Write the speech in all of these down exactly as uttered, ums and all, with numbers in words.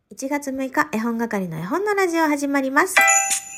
いちがつむいか絵本係の絵本のラジオ始まります。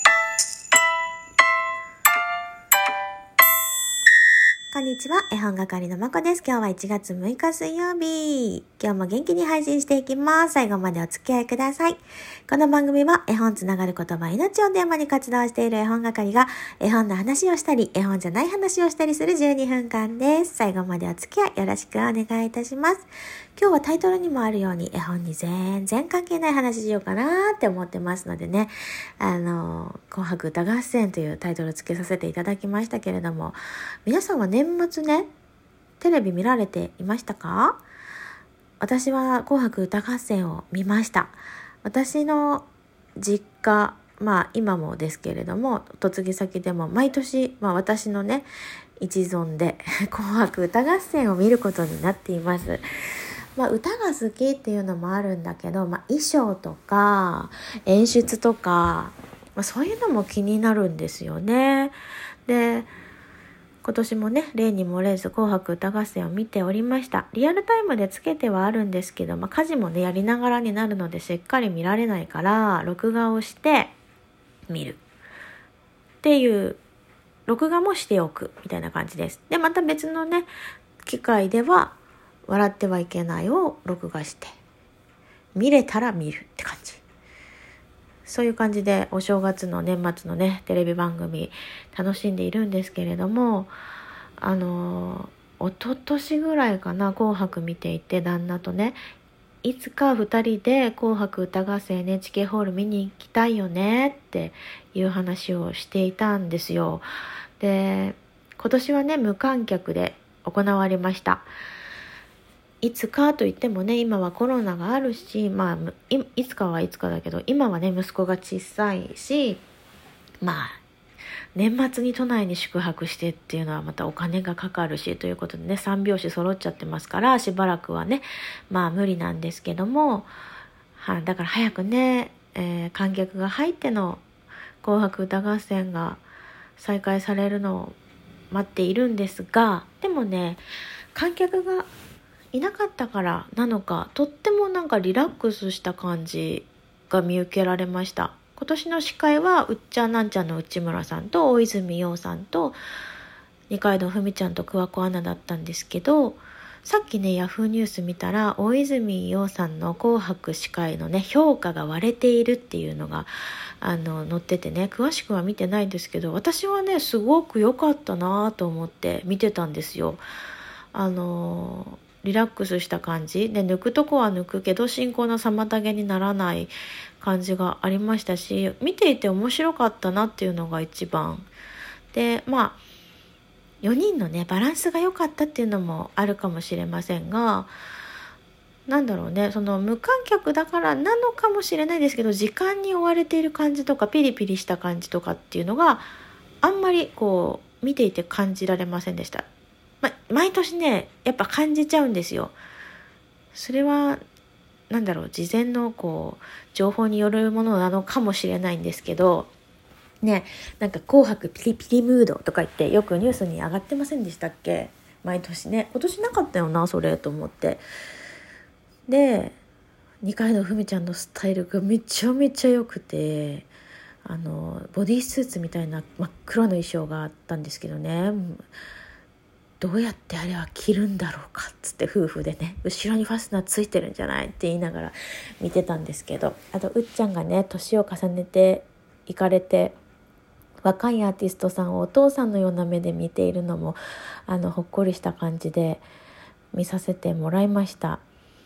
こんにちは、絵本係のまこです。今日はいちがつむいか水曜日。今日も元気に配信していきます。最後までお付き合いください。この番組は絵本つながる言葉命をテーマに活動している絵本係が絵本の話をしたり絵本じゃない話をしたりするじゅうにふんかんです。最後までお付き合いよろしくお願いいたします。今日はタイトルにもあるように絵本に全然関係ない話しようかなって思ってますのでね、あの紅白歌合戦というタイトルをつけさせていただきましたけれども、皆さんは年末ねテレビ見られていましたか？私は紅白歌合戦を見ました。私の実家、まあ今もですけれども嫁ぎ先でも毎年、まあ、私のね一存で紅白歌合戦を見ることになっています。まあ、歌が好きっていうのもあるんだけど、まあ、衣装とか演出とか、まあ、そういうのも気になるんですよね。で、今年もね例に漏れず紅白歌合戦を見ておりました。リアルタイムでつけてはあるんですけど、まあ、家事もねやりながらになるのでしっかり見られないから録画をして見るっていう録画もしておくみたいな感じです。でまた別のね機会では笑ってはいけないを録画して見れたら見るって感じ。そういう感じでお正月の年末のねテレビ番組楽しんでいるんですけれども、あの一昨年ぐらいかな紅白見ていて旦那とねいつかふたりで紅白歌合戦 エヌエイチケー ホール見に行きたいよねっていう話をしていたんですよ。で今年はね無観客で行われました。いつかといってもね今はコロナがあるし、まあ い, いつかはいつかだけど今はね息子が小さいし、まあ年末に都内に宿泊してっていうのはまたお金がかかるしということでねさんびょうし揃っちゃってますからしばらくはねまあ無理なんですけども、はだから早くね、えー、観客が入っての紅白歌合戦が再開されるのを待っているんですが、でもね観客がいなかったからなのかとってもなんかリラックスした感じが見受けられました。今年の司会はうっちゃんなんちゃんの内村さんと大泉洋さんと二階堂ふみちゃんと桑子アナだったんですけど、さっきねヤフーニュース見たら大泉洋さんの紅白司会のね評価が割れているっていうのがあの載っててね、詳しくは見てないんですけど私はねすごく良かったなと思って見てたんですよ。あのリラックスした感じで抜くとこは抜くけど進行の妨げにならない感じがありましたし、見ていて面白かったなっていうのが一番で、まあよにんのねバランスが良かったっていうのもあるかもしれませんが、なんだろうねその無観客だからなのかもしれないですけど時間に追われている感じとかピリピリした感じとかっていうのがあんまりこう見ていて感じられませんでした。ま、毎年ねやっぱ感じちゃうんですよ。それはなんだろう事前のこう情報によるものなのかもしれないんですけどね、なんか紅白ピリピリムードとか言ってよくニュースに上がってませんでしたっけ？毎年ね、今年なかったよなそれと思って、で二階堂ふみちゃんのスタイルがめちゃめちゃ良くて、あのボディースーツみたいな真っ黒の衣装があったんですけどね、どうやってあれは着るんだろうかっつって夫婦でね後ろにファスナーついてるんじゃないって言いながら見てたんですけど、あとうっちゃんがね年を重ねていかれて若いアーティストさんをお父さんのような目で見ているのもあのほっこりした感じで見させてもらいました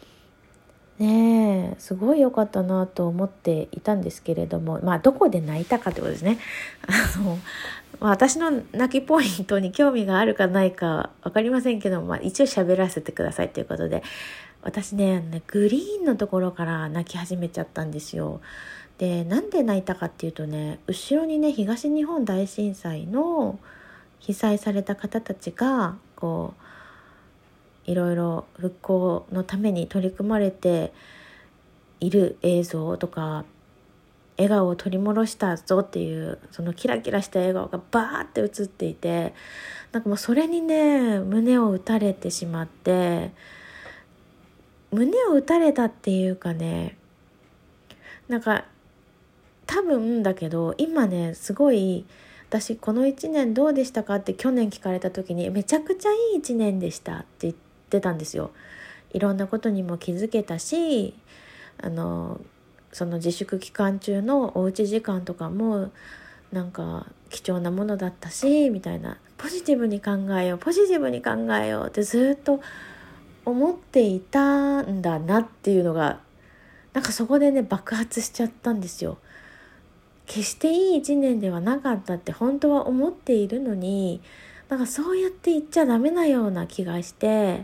ね。えすごい良かったなと思っていたんですけれども、まあどこで泣いたかってことですね。あの、まあ、私の泣きポイントに興味があるかないか分かりませんけども、まあ、一応喋らせてくださいということで、私ねグリーンのところから泣き始めちゃったんですよ。でなんで泣いたかっていうとね、後ろにね東日本大震災の被災された方たちがこういろいろ復興のために取り組まれている映像とか、笑顔を取り戻したぞっていうそのキラキラした笑顔がバーって映っていて、なんかもうそれにね胸を打たれてしまって、胸を打たれたっていうかねなんか多分だけど今ねすごい私このいちねんどうでしたかって去年聞かれた時にめちゃくちゃいいいちねんでしたって言ってたんですよ。いろんなことにも気づけたし、あのその自粛期間中のおうち時間とかもなんか貴重なものだったしみたいな、ポジティブに考えようポジティブに考えようってずっと思っていたんだなっていうのがなんかそこでね爆発しちゃったんですよ。決していい一年ではなかったって本当は思っているのに、なんかそうやって言っちゃダメなような気がして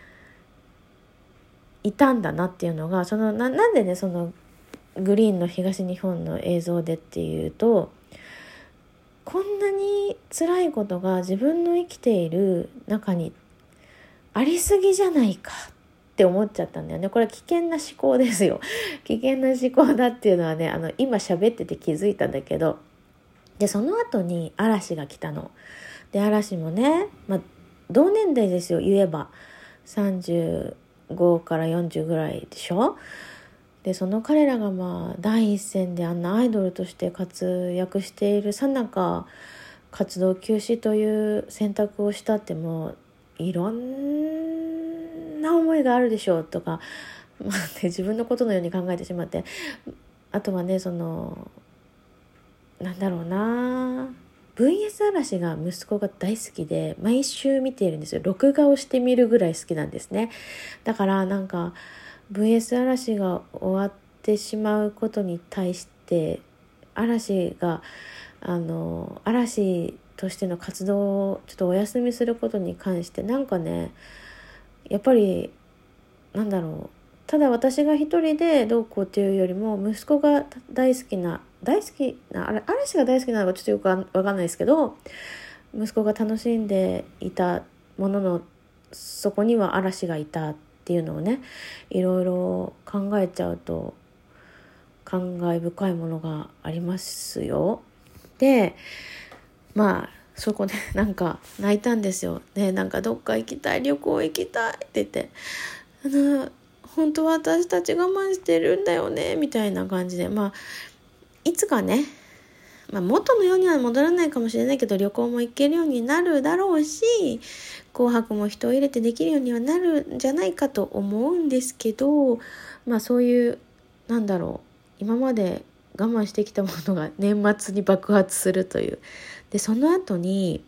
いたんだなっていうのが、その な, なんでねそのグリーンの東日本の映像でっていうと、こんなに辛いことが自分の生きている中にありすぎじゃないかって思っちゃったんだよね。これは危険な思考ですよ。危険な思考だっていうのはね、あの今喋ってて気づいたんだけど、でその後に嵐が来たの。で嵐もね、まあ、同年代ですよ言えばさんじゅうごからよんじゅうぐらいでしょ。でその彼らがまあ第一線であんなアイドルとして活躍しているさなか活動休止という選択をしたってもいろんな思いがあるでしょうとか、まあね、自分のことのように考えてしまって、あとはねそのなんだろうな ブイエス 嵐が息子が大好きで毎週見ているんですよ。録画をして見るぐらい好きなんですね。だからなんか ブイエス 嵐が終わってしまうことに対して嵐があの嵐としての活動をちょっとお休みすることに関してなんかねやっぱりなんだろう、ただ私が一人でどうこうっていうよりも息子が大好きな大好きなあれ嵐が大好きなのかちょっとよくわかんないですけど、息子が楽しんでいたもののそこには嵐がいたっていうのをねいろいろ考えちゃうと感慨深いものがありますよ。でまあそこでなんか泣いたんですよね。なんかどっか行きたい旅行行きたいって言って、あの本当は私たち我慢してるんだよねみたいな感じで、まあいつかね、まあ、元のようには戻らないかもしれないけど旅行も行けるようになるだろうし紅白も人を入れてできるようにはなるんじゃないかと思うんですけど、まあそういうなんだろう今まで我慢してきたものが年末に爆発するという。でその後に、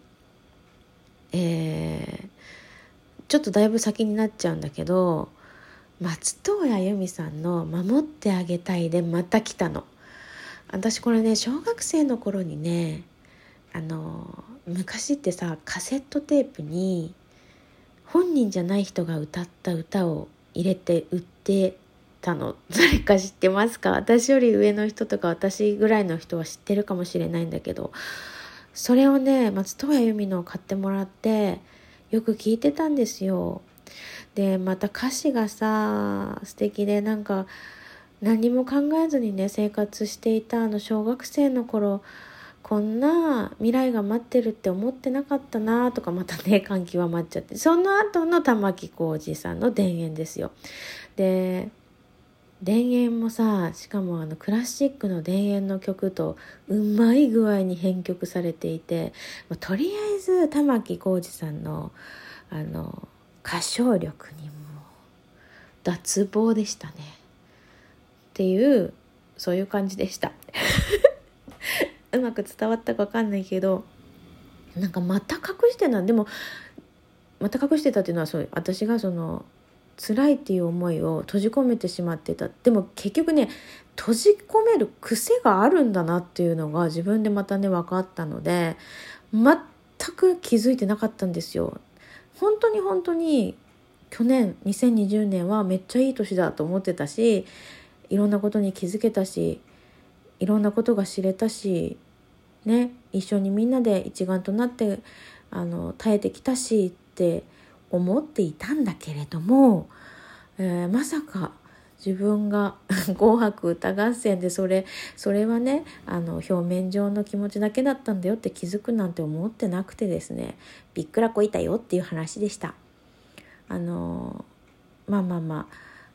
えー、ちょっとだいぶ先になっちゃうんだけど松任谷由実さんの守ってあげたいでまた来たの。私これね小学生の頃にねあの昔ってさカセットテープに本人じゃない人が歌った歌を入れて売ってたの。誰か知ってますか？私より上の人とか私ぐらいの人は知ってるかもしれないんだけど、それをね松任谷由実のを買ってもらってよく聞いてたんですよ。でまた歌詞がさ素敵でなんか何も考えずにね生活していたあの小学生の頃こんな未来が待ってるって思ってなかったなとかまたね感極まっちゃって、その後の玉置浩二さんの田園ですよ。で田園もさしかもあのクラシックの田園の曲とうまい具合に編曲されていて、とりあえず玉置浩二さんのあの歌唱力にも脱帽でしたねっていうそういう感じでしたうまく伝わったか分かんないけど、なんかまた隠してた。でもまた隠してたっていうのはそう私がその辛いっていう思いを閉じ込めてしまってた。でも結局ね閉じ込める癖があるんだなっていうのが自分でまたね分かったので全く気づいてなかったんですよ。本当に本当に去年にせんにじゅうねんはめっちゃいい年だと思ってたし、いろんなことに気づけたしいろんなことが知れたしね、一緒にみんなで一丸となってあの耐えてきたしって思っていたんだけれども、えー、まさか自分が紅白歌合戦でそれそれはねあの表面上の気持ちだけだったんだよって気づくなんて思ってなくてですね、びっくらこいたよっていう話でした。あのまあまあまあ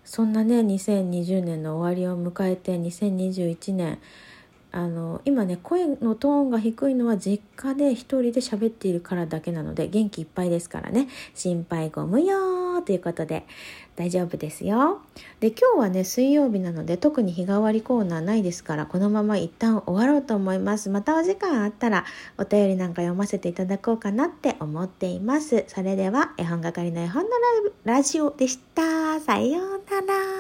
そんなねにせんにじゅうねんの終わりを迎えてにせんにじゅういちねん、あの今ね声のトーンが低いのは実家で一人で喋っているからだけなので、元気いっぱいですからね、心配ご無用ということで大丈夫ですよ。で今日はね水曜日なので特に日替わりコーナーないですから、このまま一旦終わろうと思います。またお時間あったらお便りなんか読ませていただこうかなって思っています。それでは絵本係の絵本のラジオでした。さようなら。